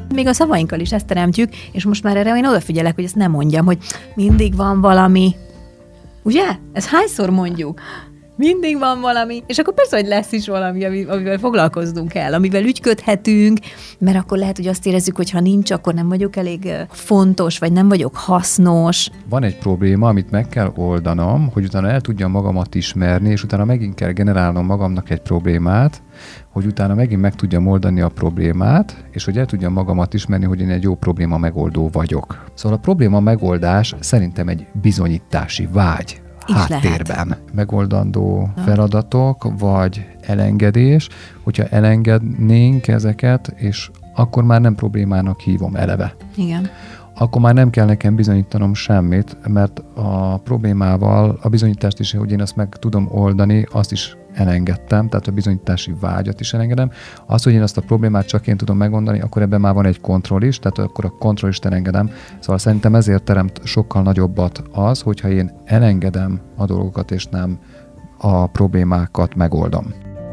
Még a szavainkkal is ezt teremtjük, és most már erre én odafigyelek, hogy ezt nem mondjam, hogy mindig van valami. Ugye? Ezt hányszor mondjuk? Mindig van valami, és akkor persze, hogy lesz is valami, amivel foglalkoznunk kell, amivel ügyködhetünk, mert akkor lehet, hogy azt érezzük, hogy ha nincs, akkor nem vagyok elég fontos, vagy nem vagyok hasznos. Van egy probléma, amit meg kell oldanom, hogy utána el tudjam magamat ismerni, és utána megint kell generálnom magamnak egy problémát, hogy utána megint meg tudjam oldani a problémát, és hogy el tudjam magamat ismerni, hogy én egy jó probléma megoldó vagyok. Szóval a probléma megoldás szerintem egy bizonyítási vágy. Háttérben lehet. Megoldandó feladatok, vagy elengedés, hogyha elengednénk ezeket, és akkor már nem problémának hívom eleve. Igen. Akkor már nem kell nekem bizonyítanom semmit, mert a problémával a bizonyítást is, hogy én azt meg tudom oldani, azt is elengedtem, tehát a bizonyítási vágyat is elengedem. Az, hogy én azt a problémát csak én tudom megoldani, akkor ebben már van egy kontroll is, tehát akkor a kontroll is elengedem. Szóval szerintem ezért teremt sokkal nagyobbat az, hogyha én elengedem a dolgokat, és nem a problémákat megoldom.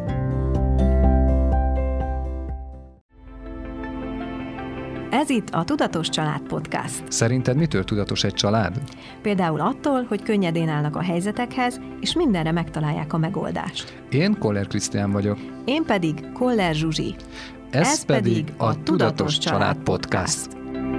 Ez itt a Tudatos Család Podcast. Szerinted mitől tudatos egy család? Például attól, hogy könnyedén állnak a helyzetekhez, és mindenre megtalálják a megoldást. Én Koller Krisztián vagyok. Én pedig Koller Zsuzsi. Ez pedig a Tudatos Család Podcast.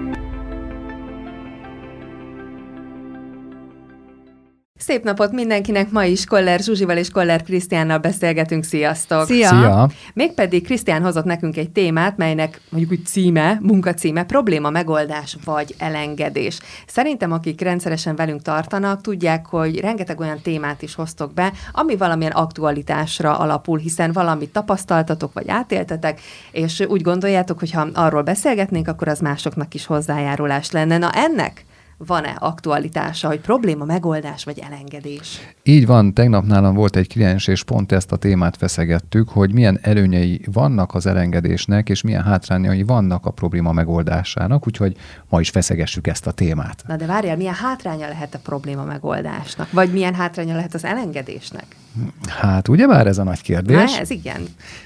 Szép napot mindenkinek! Ma is Koller Zsuzsival és Koller Krisztiánnal beszélgetünk. Sziasztok! Szia! Mégpedig Krisztián hozott nekünk egy témát, melynek mondjuk úgy címe, munkacíme, probléma megoldás vagy elengedés. Szerintem, akik rendszeresen velünk tartanak, tudják, hogy rengeteg olyan témát is hoztok be, ami valamilyen aktualitásra alapul, hiszen valamit tapasztaltatok vagy átéltetek, és úgy gondoljátok, hogy ha arról beszélgetnénk, akkor az másoknak is hozzájárulás lenne. Na ennek van-e aktualitása, hogy probléma, megoldás vagy elengedés? Így van, tegnap nálam volt egy kliens, és pont ezt a témát feszegettük, hogy milyen előnyei vannak az elengedésnek, és milyen hátrányai vannak a probléma megoldásának, úgyhogy ma is feszegessük ezt a témát. Na de várjál, milyen hátránya lehet a probléma megoldásnak? Vagy milyen hátránya lehet az elengedésnek? Hát ugyebár ez a nagy kérdés. Na, ez igen.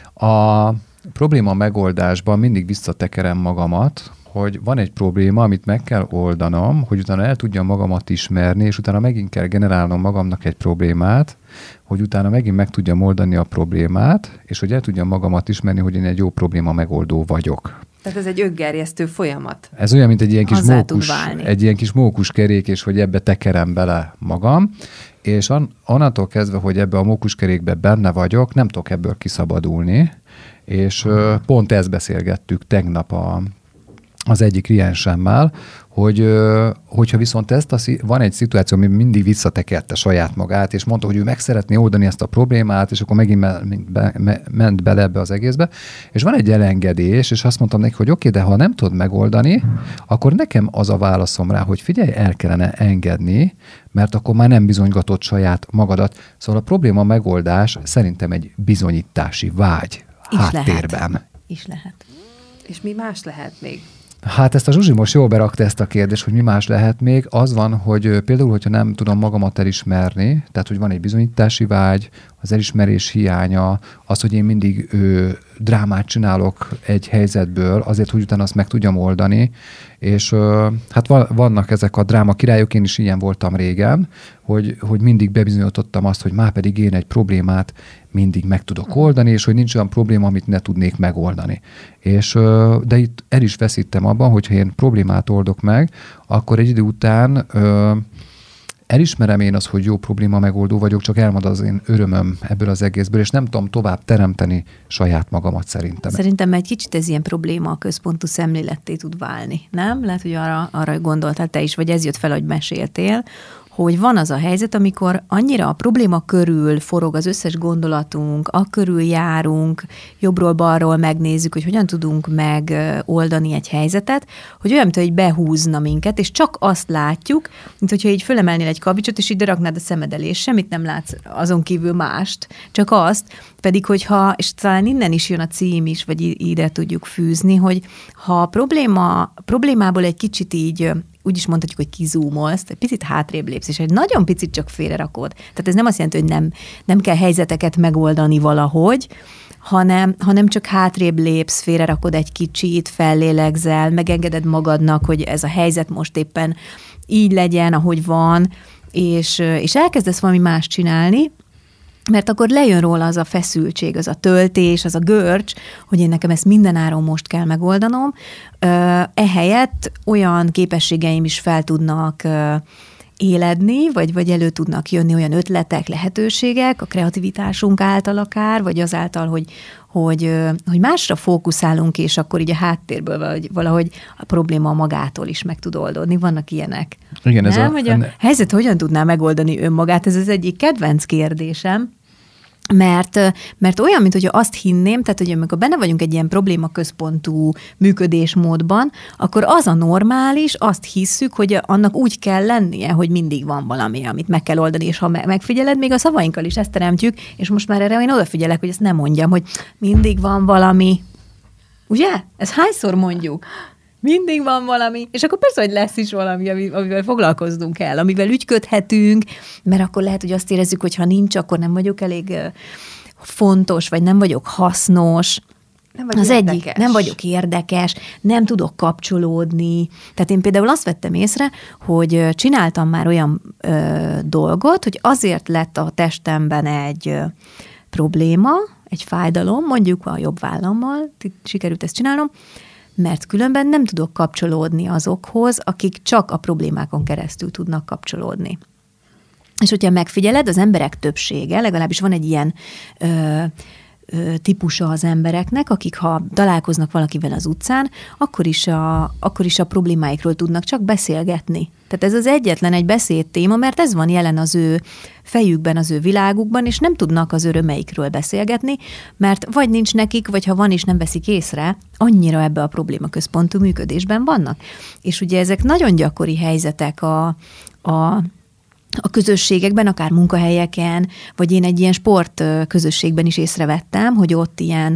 A probléma megoldásban mindig visszatekerem magamat, hogy van egy probléma, amit meg kell oldanom, hogy utána el tudjam magamat ismerni, és utána megint kell generálnom magamnak egy problémát, hogy utána megint meg tudjam oldani a problémát, és hogy el tudjam magamat ismerni, hogy én egy jó probléma megoldó vagyok. Tehát ez egy öngerjesztő folyamat. Ez olyan, mint egy ilyen kis mókuskerék, és hogy ebbe tekerem bele magam, és onnantól kezdve, hogy ebbe a mókuskerékbe benne vagyok, nem tudok ebből kiszabadulni, és pont ezt beszélgettük tegnap az egyik kliensemmel, hogyha viszont van egy szituáció, ami mindig visszatekerte saját magát, és mondta, hogy ő meg szeretné oldani ezt a problémát, és akkor megint ment bele ebbe az egészbe, és van egy elengedés, és azt mondtam neki, hogy oké, de ha nem tudod megoldani, akkor nekem az a válaszom rá, hogy figyelj, el kellene engedni, mert akkor már nem bizonygatod saját magadat. Szóval a probléma megoldás szerintem egy bizonyítási vágy háttérben. Is lehet. És mi más lehet még? Hát ezt a Zsuzsi most jól berakta ezt a kérdést, hogy mi más lehet még. Az van, hogy például, hogyha nem tudom magamat elismerni, tehát, hogy van egy bizonyítási vágy, az elismerés hiánya, az, hogy én mindig drámát csinálok egy helyzetből, azért, hogy utána azt meg tudjam oldani, és hát vannak ezek a dráma királyok, én is ilyen voltam régen, hogy mindig bebizonyítottam azt, hogy már pedig én egy problémát mindig meg tudok oldani, és hogy nincs olyan probléma, amit ne tudnék megoldani. De itt el is veszítem abban, hogyha én problémát oldok meg, akkor egy idő után elismerem én azt, hogy jó probléma megoldó vagyok, csak elmad az én örömöm ebből az egészből, és nem tudom tovább teremteni saját magamat szerintem. Szerintem egy kicsit ez ilyen probléma központú szemléletté tud válni, nem? Lehet, hogy arra gondoltál te is, vagy ez jött fel, hogy meséltél, hogy van az a helyzet, amikor annyira a probléma körül forog az összes gondolatunk, a körül járunk, jobbról-balról megnézzük, hogy hogyan tudunk megoldani egy helyzetet, hogy olyan, mint hogy behúzna minket, és csak azt látjuk, mint hogyha így fölemelnél egy kavicsot, és így beraknád a szemed elé, és semmit nem látsz azon kívül mást, csak azt, pedig hogyha, és talán innen is jön a cím is, vagy ide tudjuk fűzni, hogy ha a problémából egy kicsit így úgy is mondhatjuk, hogy kizúmolsz, egy picit hátrébb lépsz, és egy nagyon picit csak félrerakod. Tehát ez nem azt jelenti, hogy nem kell helyzeteket megoldani valahogy, hanem csak hátrébb lépsz, félrerakod egy kicsit, fellélegzel, megengeded magadnak, hogy ez a helyzet most éppen így legyen, ahogy van, és elkezdesz valami más csinálni, mert akkor lejön róla az a feszültség, az a töltés, az a görcs, hogy én nekem ezt mindenáron most kell megoldanom. Ehelyett olyan képességeim is fel tudnak éledni, vagy elő tudnak jönni olyan ötletek, lehetőségek, a kreativitásunk által akár, vagy azáltal, hogy másra fókuszálunk, és akkor így a háttérből valahogy a probléma magától is meg tud oldódni. Vannak ilyenek. Igen, hogy a helyzet hogyan tudná megoldani önmagát? Ez az egyik kedvenc kérdésem. Mert olyan, mint hogy azt hinném, tehát hogy amikor benne vagyunk egy ilyen problémaközpontú működésmódban, akkor az a normális, azt hisszük, hogy annak úgy kell lennie, hogy mindig van valami, amit meg kell oldani, és ha megfigyeled, még a szavainkkal is ezt teremtjük, és most már erre én odafigyelek, hogy ezt nem mondjam, hogy mindig van valami. Ugye? Ezt hányszor mondjuk? Mindig van valami, és akkor persze, hogy lesz is valami, amivel foglalkoznunk kell, amivel ügyködhetünk, mert akkor lehet, hogy azt érezzük, hogy ha nincs, akkor nem vagyok elég fontos, vagy nem vagyok hasznos. Nem vagyok érdekes, nem tudok kapcsolódni. Tehát én például azt vettem észre, hogy csináltam már olyan dolgot, hogy azért lett a testemben egy probléma, egy fájdalom, mondjuk a jobb vállammal, sikerült ezt csinálnom, mert különben nem tudok kapcsolódni azokhoz, akik csak a problémákon keresztül tudnak kapcsolódni. És hogyha megfigyeled, az emberek többsége, legalábbis van egy ilyen típusa az embereknek, akik ha találkoznak valakivel az utcán, akkor is a problémáikról tudnak csak beszélgetni. Tehát ez az egyetlen egy beszédtéma, mert ez van jelen az ő fejükben, az ő világukban, és nem tudnak az örömeikről beszélgetni, mert vagy nincs nekik, vagy ha van is, nem veszik észre, annyira ebbe a problémaközpontú működésben vannak. És ugye ezek nagyon gyakori helyzetek a közösségekben, akár munkahelyeken, vagy én egy ilyen sport közösségben is észrevettem, hogy ott ilyen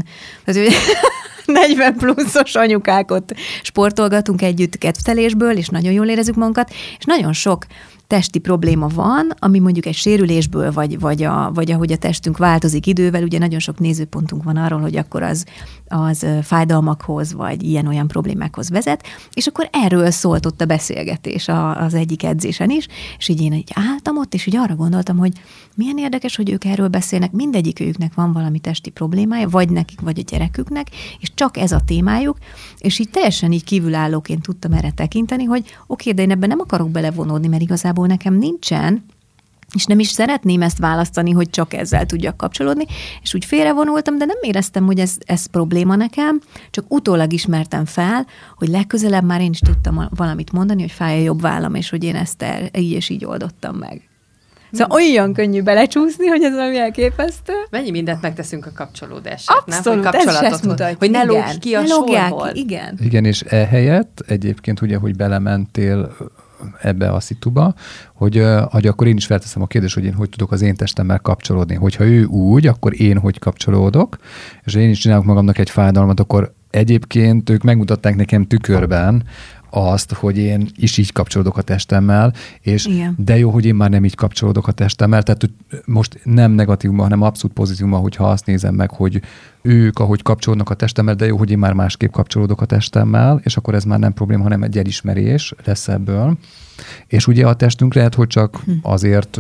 40 pluszos anyukák ott sportolgatunk együtt kedvtelésből, és nagyon jól érezzük magunkat, és nagyon sok testi probléma van, ami mondjuk egy sérülésből, vagy ahogy a testünk változik idővel, ugye nagyon sok nézőpontunk van arról, hogy akkor az fájdalmakhoz, vagy ilyen-olyan problémákhoz vezet, és akkor erről szólt ott a beszélgetés az egyik edzésen is, és így én így álltam ott, és így arra gondoltam, hogy milyen érdekes, hogy ők erről beszélnek, mindegyikőjüknek van valami testi problémája, vagy nekik, vagy a gyereküknek, és csak ez a témájuk, és így teljesen így kívülállóként tudtam erre tekinteni, hogy oké, de én ebben nem akarok belevonódni, mert igazából nekem nincsen, és nem is szeretném ezt választani, hogy csak ezzel tudjak kapcsolódni, és úgy félrevonultam, de nem éreztem, hogy ez probléma nekem, csak utólag ismertem fel, hogy legközelebb már én is tudtam valamit mondani, hogy fáj a jobb vállam, és hogy én ezt így és így oldottam meg. Szóval olyan könnyű belecsúszni, hogy ez valami elképesztő. Mennyi mindent megteszünk a kapcsolódásért, abszolút, nem? Hogy kapcsolatot, hogy ne lógj ki a sorból. Igen. Igen, és ehelyett egyébként ugye, hogy belementél ebbe a szituba, hogy akkor én is felteszem a kérdést, hogy én hogy tudok az én testemmel kapcsolódni. Hogyha ő úgy, akkor én hogy kapcsolódok, és én is csinálok magamnak egy fájdalmat, akkor egyébként ők megmutatták nekem tükörben azt, hogy én is így kapcsolódok a testemmel, és igen. De jó, hogy én már nem így kapcsolódok a testemmel, tehát most nem negatívuma, hanem abszolút pozitívuma, hogyha azt nézem meg, hogy ők, ahogy kapcsolódnak a testemmel, de jó, hogy én már másképp kapcsolódok a testemmel, és akkor ez már nem probléma, hanem egy elismerés lesz ebből. És ugye a testünk lehet, hogy csak azért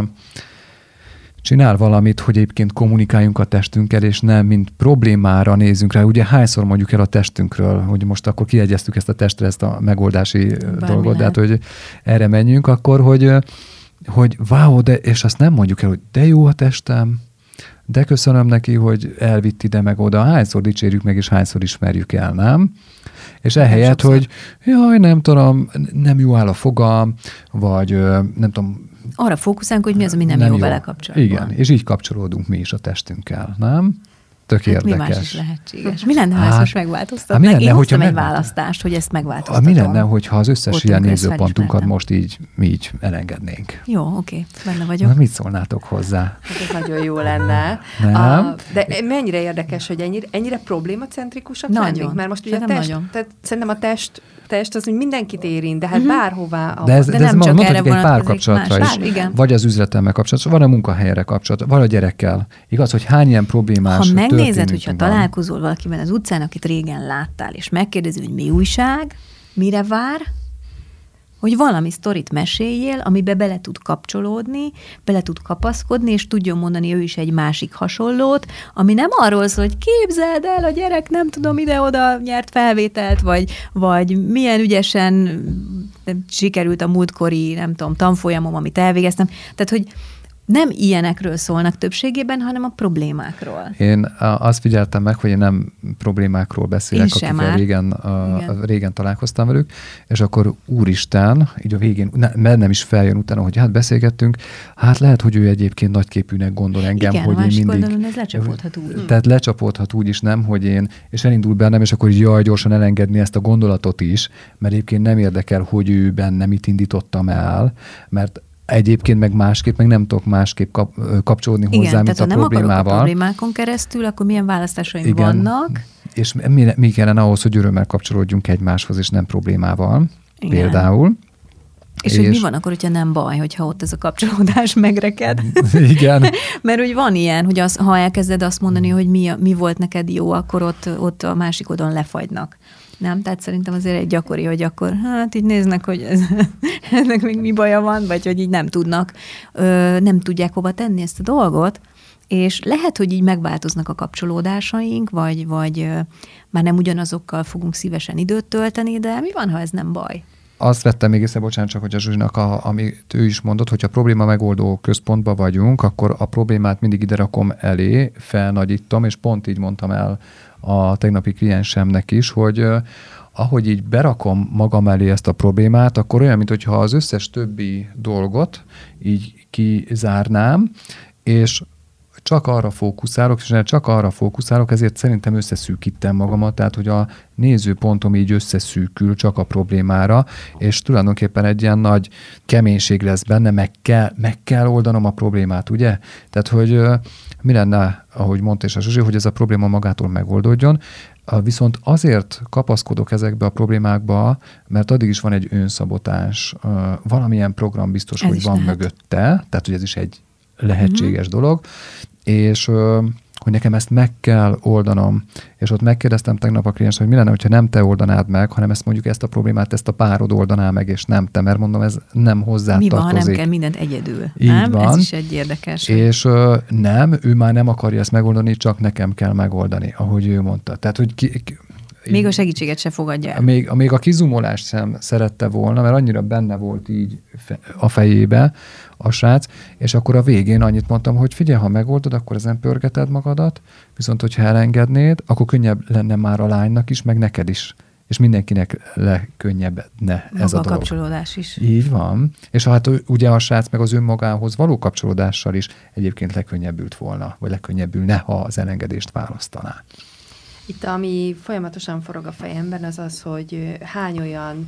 csinál valamit, hogy egyébként kommunikáljunk a testünkkel, és nem mint problémára nézzünk rá. Ugye hányszor mondjuk el a testünkről, hogy most akkor kiegyeztük ezt a testre, ezt a megoldási dolgot, de hát, hogy erre menjünk, akkor, hogy wow, de, és azt nem mondjuk el, hogy de jó a testem, de köszönöm neki, hogy elvitt ide meg oda. Hányszor dicsérjük meg, és hányszor ismerjük el, nem? És ehelyett, hogy jaj, nem tudom, nem jó áll a fogam, vagy nem tudom, arra fókuszálunk, hogy mi az, ami nem jó vele kapcsolatban. Igen, és így kapcsolódunk mi is a testünkkel, nem? Tök érdekes. Mi más is lehetséges. Mi lenne, ha ezt most megváltoztatnánk? Én hoztam egy választást, hogy ezt megváltoztatom. Mi lenne, hogyha az összes ilyen nézőpontunkat most mi így elengednénk? Jó, oké, benne vagyok. Na, mit szólnátok hozzá? Hát ez nagyon jó lenne. De mennyire érdekes, hogy ennyire problémacentrikusak lennénk? Mert most ugye szerintem a test az, hogy mindenkit érint, de hát bárhová. De nem csak erre egy párkapcsolatra is. Vagy az üzletemmel kapcsolatra, vagy a munkahelyre kapcsolatra, vagy a gyerekkel. Igaz, hogy hány ilyen problémás történet megnézed, hogyha találkozol valakivel az utcán, akit régen láttál, és megkérdezi, hogy mi újság, mire vár, hogy valami sztorit meséljél, amibe bele tud kapcsolódni, bele tud kapaszkodni, és tudjon mondani ő is egy másik hasonlót, ami nem arról szól, hogy képzeld el, a gyerek nem tudom ide-oda nyert felvételt, vagy milyen ügyesen sikerült a múltkori, nem tudom, tanfolyamom, amit elvégeztem. Tehát, hogy nem ilyenekről szólnak többségében, hanem a problémákról. Én azt figyeltem meg, hogy én nem problémákról beszélek, akikkel régen találkoztam velük, és akkor úristen, így a végén, bennem is feljön utána, hogy hát beszélgettünk, hát lehet, hogy ő egyébként nagyképűnek gondol engem, igen, hogy én mindig... Igen, ez lecsapódhat úgy. Tehát lecsapódhat úgy is, nem, hogy én, és elindul bennem, és akkor így jaj, gyorsan elengedni ezt a gondolatot is, mert egyébként nem érdekel, hogy ő benne mit indítottam el, mert egyébként meg másképp, meg nem tudok másképp kapcsolódni hozzá, mint a problémával. Igen, tehát ha nem akarok a problémákon keresztül, akkor milyen választásaim vannak? És mi kellene ahhoz, hogy örömmel kapcsolódjunk egymáshoz, és nem problémával, igen. Például. És hogy mi van akkor, hogyha nem baj, hogyha ott ez a kapcsolódás megreked? Igen. Mert hogy van ilyen, hogy ha elkezded azt mondani, hogy mi volt neked jó, akkor ott a másik oldalon lefagynak. Nem? Tehát szerintem azért egy gyakori, hogy akkor hát így néznek, hogy ennek még mi baja van, vagy hogy így nem tudnak, nem tudják hova tenni ezt a dolgot, és lehet, hogy így megváltoznak a kapcsolódásaink, vagy már nem ugyanazokkal fogunk szívesen időt tölteni, de mi van, ha ez nem baj? Azt vettem még észre, bocsánat, csak hogy a Zsuzsinak, amit ő is mondott, hogyha probléma megoldó központban vagyunk, akkor a problémát mindig ide rakom elé, felnagyítom, és pont így mondtam el a tegnapi kliensemnek is, hogy ahogy így berakom magam elé ezt a problémát, akkor olyan, mintha az összes többi dolgot így kizárnám, és csak arra fókuszálok, és csak arra fókuszálok, ezért szerintem összeszűkítem magamat, tehát hogy a nézőpontom így összeszűkül csak a problémára, és tulajdonképpen egy ilyen nagy keménység lesz benne, meg kell oldanom a problémát, ugye? Tehát, hogy mi lenne, ahogy mondta is a Zsuzsi, hogy ez a probléma magától megoldódjon, viszont azért kapaszkodok ezekbe a problémákba, mert addig is van egy önszabotás, valamilyen program biztos, ez hogy van lehet mögötte, tehát hogy ez is egy lehetséges dolog, és hogy nekem ezt meg kell oldanom. És ott megkérdeztem tegnap a kliens, hogy mi lenne, hogyha nem te oldanád meg, hanem ezt a problémát, ezt a párod oldaná meg, és nem te, mert mondom, ez nem hozzá mi tartozik. Mi van, ha nem kell mindent egyedül? Így nem? van. Ez is egy érdekes. És nem, ő már nem akarja ezt megoldani, csak nekem kell megoldani, ahogy ő mondta. Tehát, hogy még a segítséget se fogadja el. Még a kizumolást sem szerette volna, mert annyira benne volt így a fejébe a srác, és akkor a végén annyit mondtam, hogy figyelj, ha megoldod, akkor ezen pörgeted magadat, viszont hogyha elengednéd, akkor könnyebb lenne már a lánynak is, meg neked is. És mindenkinek lekönnyebne ez a dolog. A kapcsolódás is. Így van. És hát ugye a srác meg az önmagához való kapcsolódással is egyébként lekönnyebbült volna, vagy lekönnyebbülne, ha az elengedést választaná. Itt, ami folyamatosan forog a fejemben, az az, hogy hány olyan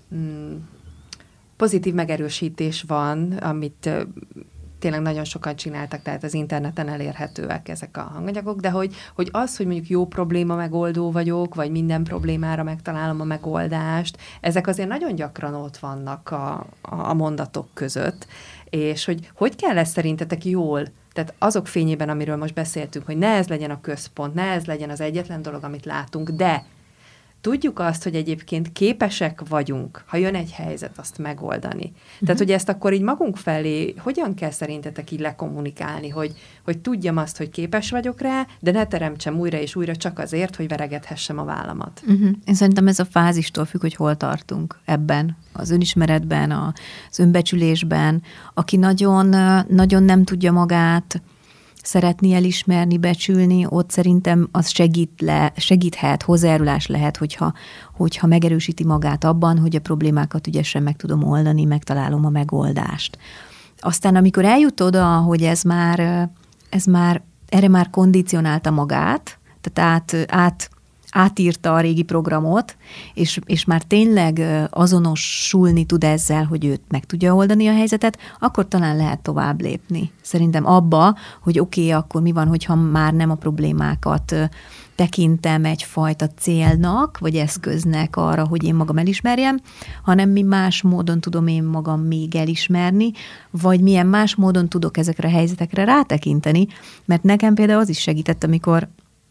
pozitív megerősítés van, amit tényleg nagyon sokan csináltak, tehát az interneten elérhetőek ezek a hanganyagok, de hogy az, hogy mondjuk jó probléma megoldó vagyok, vagy minden problémára megtalálom a megoldást, ezek azért nagyon gyakran ott vannak a mondatok között, és hogy kell ezt szerintetek jól, tehát azok fényében, amiről most beszéltünk, hogy ne ez legyen a központ, ne ez legyen az egyetlen dolog, amit látunk, de tudjuk azt, hogy egyébként képesek vagyunk, ha jön egy helyzet, azt megoldani. Tehát, hogy ezt akkor így magunk felé hogyan kell szerintetek így lekommunikálni, hogy tudjam azt, hogy képes vagyok rá, de ne teremtsem újra és újra csak azért, hogy veregethessem a vállamat. Én szerintem ez a fázistól függ, hogy hol tartunk ebben, az önismeretben, az önbecsülésben, aki nagyon, nagyon nem tudja magát szeretni, elismerni, becsülni, ott szerintem az segíthet, hozzájárulás lehet, hogyha megerősíti magát abban, hogy a problémákat ügyesen meg tudom oldani, megtalálom a megoldást. Aztán, amikor eljut oda, hogy ez már erre már kondicionálta magát, tehát átírta a régi programot, és már tényleg azonosulni tud ezzel, hogy őt meg tudja oldani a helyzetet, akkor talán lehet tovább lépni. Szerintem abba, hogy oké, akkor mi van, hogyha már nem a problémákat tekintem egyfajta célnak, vagy eszköznek arra, hogy én magam elismerjem, hanem mi más módon tudom én magam még elismerni, vagy milyen más módon tudok ezekre a helyzetekre rátekinteni, mert nekem például az is segített, amikor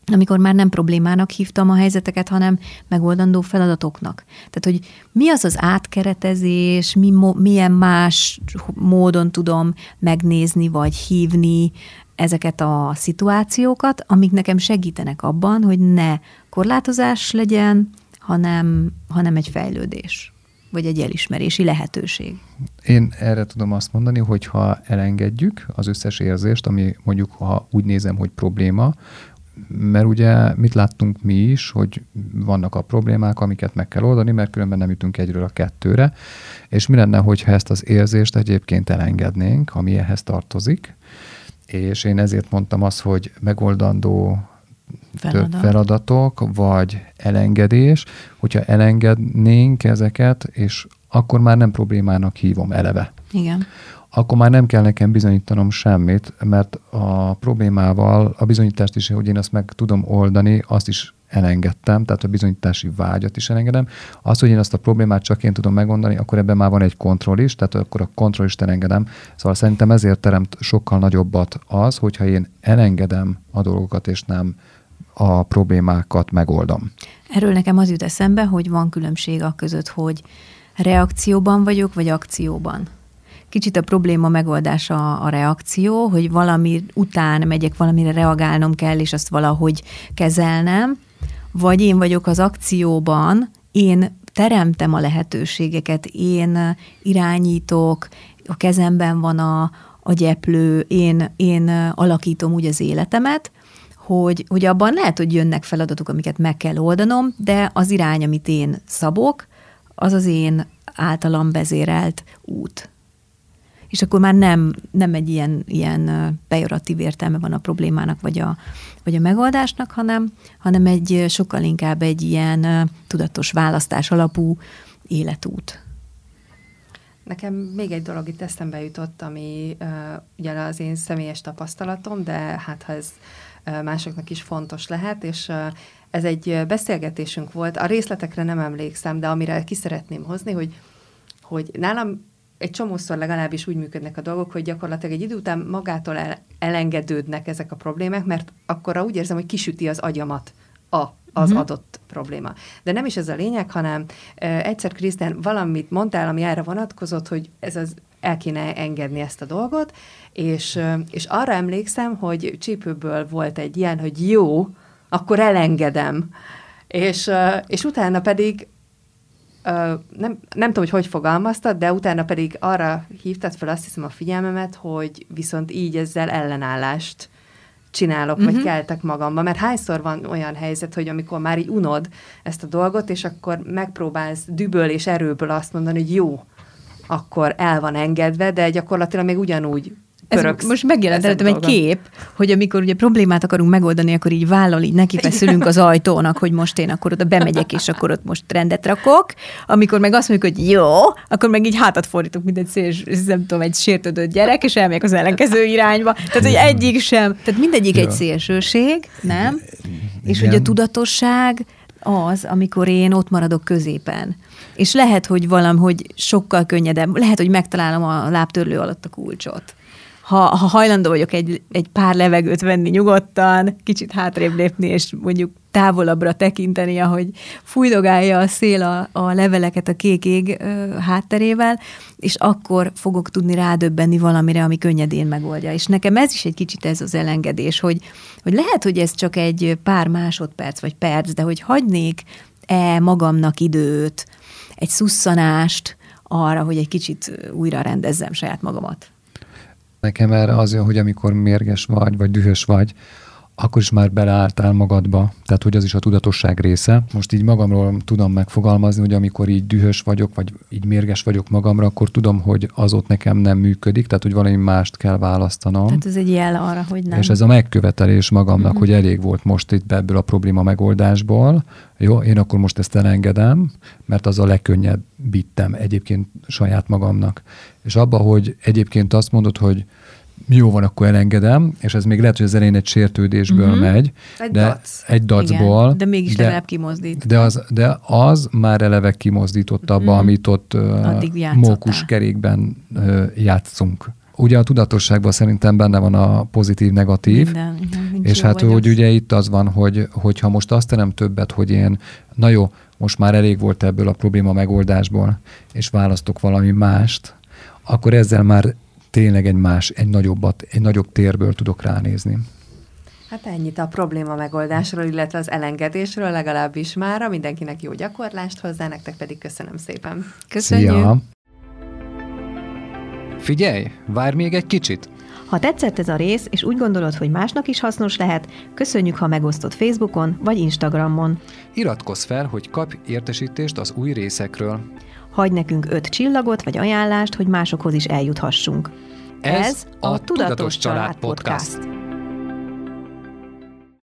amikor már nem problémának hívtam a helyzeteket, hanem megoldandó feladatoknak. Tehát, hogy mi az az átkeretezés, milyen más módon tudom megnézni, vagy hívni ezeket a szituációkat, amik nekem segítenek abban, hogy ne korlátozás legyen, hanem egy fejlődés, vagy egy elismerési lehetőség. Én erre tudom azt mondani, hogy ha elengedjük az összes érzést, ami mondjuk, ha úgy nézem, hogy probléma, mert ugye mit láttunk mi is, hogy vannak a problémák, amiket meg kell oldani, mert különben nem jutunk egyről a kettőre, és mi lenne, hogyha ezt az érzést egyébként elengednénk, ami ehhez tartozik, és én ezért mondtam azt, hogy megoldandó feladatok, vagy elengedés, hogyha elengednénk ezeket, és akkor már nem problémának hívom eleve. Igen. Akkor már nem kell nekem bizonyítanom semmit, mert a problémával a bizonyítást is, hogy én azt meg tudom oldani, azt is elengedtem, tehát a bizonyítási vágyat is elengedem. Az, hogy én azt a problémát csak én tudom megoldani, akkor ebben már van egy kontroll is, tehát akkor a kontroll is elengedem. Szóval szerintem ezért teremt sokkal nagyobbat az, hogyha én elengedem a dolgokat, és nem a problémákat megoldom. Erről nekem az jut eszembe, hogy van különbség a között, hogy reakcióban vagyok, vagy akcióban. Kicsit a probléma megoldása a reakció, hogy valami után megyek, valamire reagálnom kell, és azt valahogy kezelnem, vagy én vagyok az akcióban, én teremtem a lehetőségeket, én irányítok, a kezemben van a gyeplő, én alakítom úgy az életemet, hogy abban lehet, hogy jönnek feladatok, amiket meg kell oldanom, de az irány, amit én szabok, az az én általam vezérelt út. És akkor már nem egy ilyen pejoratív értelme van a problémának, vagy a megoldásnak, hanem sokkal inkább egy ilyen tudatos választás alapú életút. Nekem még egy dolog itt eszembe jutott, ami ugye az én személyes tapasztalatom, de hát ha ez másoknak is fontos lehet, és ez egy beszélgetésünk volt, a részletekre nem emlékszem, de amire ki szeretném hozni, hogy nálam egy csomószor legalábbis úgy működnek a dolgok, hogy gyakorlatilag egy idő után magától elengedődnek ezek a problémák, mert akkor úgy érzem, hogy kisüti az agyamat az adott probléma. De nem is ez a lényeg, hanem egyszer, Krisztián, valamit mondtál, ami erre vonatkozott, hogy el kéne engedni ezt a dolgot, és arra emlékszem, hogy csípőből volt egy ilyen, hogy jó, akkor elengedem. És utána pedig nem tudom, hogy fogalmaztad, de utána pedig arra hívtad fel, azt hiszem, a figyelmemet, hogy viszont így ezzel ellenállást csinálok, vagy keltek magamba, mert hányszor van olyan helyzet, hogy amikor már így unod ezt a dolgot, és akkor megpróbálsz dühből és erőből azt mondani, hogy jó, akkor el van engedve, de gyakorlatilag még ugyanúgy pöröksz. Most megjelent előttem egy kép, hogy amikor ugye problémát akarunk megoldani, akkor így vállal, így nekifeszülünk az ajtónak, hogy most én akkor oda bemegyek, és akkor ott most rendet rakok. Amikor meg azt mondjuk, hogy jó, akkor meg így hátat fordítok, mint egy sértődött gyerek, és elmegyek az ellenkező irányba. Tehát, hogy egyik sem. Tehát mindegyik egy szélsőség, nem? És hogy a tudatosság az, amikor én ott maradok középen. És lehet, hogy valahogy sokkal könnyedebb, lehet, hogy megtalálom a lábtörlő alatt a kulcsot. Ha hajlandó vagyok egy pár levegőt venni nyugodtan, kicsit hátrébb lépni, és mondjuk távolabbra tekinteni, ahogy fújdogálja a szél a leveleket a kék ég hátterével, és akkor fogok tudni rádöbbenni valamire, ami könnyedén megoldja. És nekem ez is egy kicsit ez az elengedés, hogy lehet, hogy ez csak egy pár másodperc vagy perc, de hogy hagynék-e magamnak időt, egy szusszanást arra, hogy egy kicsit újra rendezzem saját magamat. Nekem erre az jön, hogy amikor mérges vagy dühös vagy, akkor is már beleálltál magadba, tehát hogy az is a tudatosság része. Most így magamról tudom megfogalmazni, hogy amikor így dühös vagyok, vagy így mérges vagyok magamra, akkor tudom, hogy az ott nekem nem működik, tehát hogy valami mást kell választanom. Tehát ez egy jel arra, hogy nem. És ez a megkövetelés magamnak, hogy elég volt most itt ebből a probléma megoldásból. Jó, én akkor most ezt elengedem, mert az a legkönnyebbítem egyébként saját magamnak. És abba, hogy egyébként azt mondod, hogy jó van, akkor elengedem, és ez még lehet, hogy az elején egy sértődésből megy. Egy dacból. Igen, de mégis legalább kimozdít. De az már eleve kimozdított abba, amit ott mókuskerékben játszunk. Ugye a tudatosságban szerintem benne van a pozitív-negatív, Minden, és hát hogy ugye itt az van, hogy ha most azt terem többet, hogy én, na jó, most már elég volt ebből a probléma megoldásból, és választok valami mást, akkor ezzel már tényleg egy nagyobb térből tudok ránézni. Hát ennyit a probléma megoldásról, illetve az elengedésről, legalábbis mára. Mindenkinek jó gyakorlást hozzá, nektek pedig köszönöm szépen. Köszönjük! Szia. Figyelj, várj még egy kicsit! Ha tetszett ez a rész, és úgy gondolod, hogy másnak is hasznos lehet, köszönjük, ha megosztod Facebookon vagy Instagramon. Iratkozz fel, hogy kapj értesítést az új részekről. Hagyj nekünk 5 csillagot vagy ajánlást, hogy másokhoz is eljuthassunk. Ez a Tudatos Család Podcast.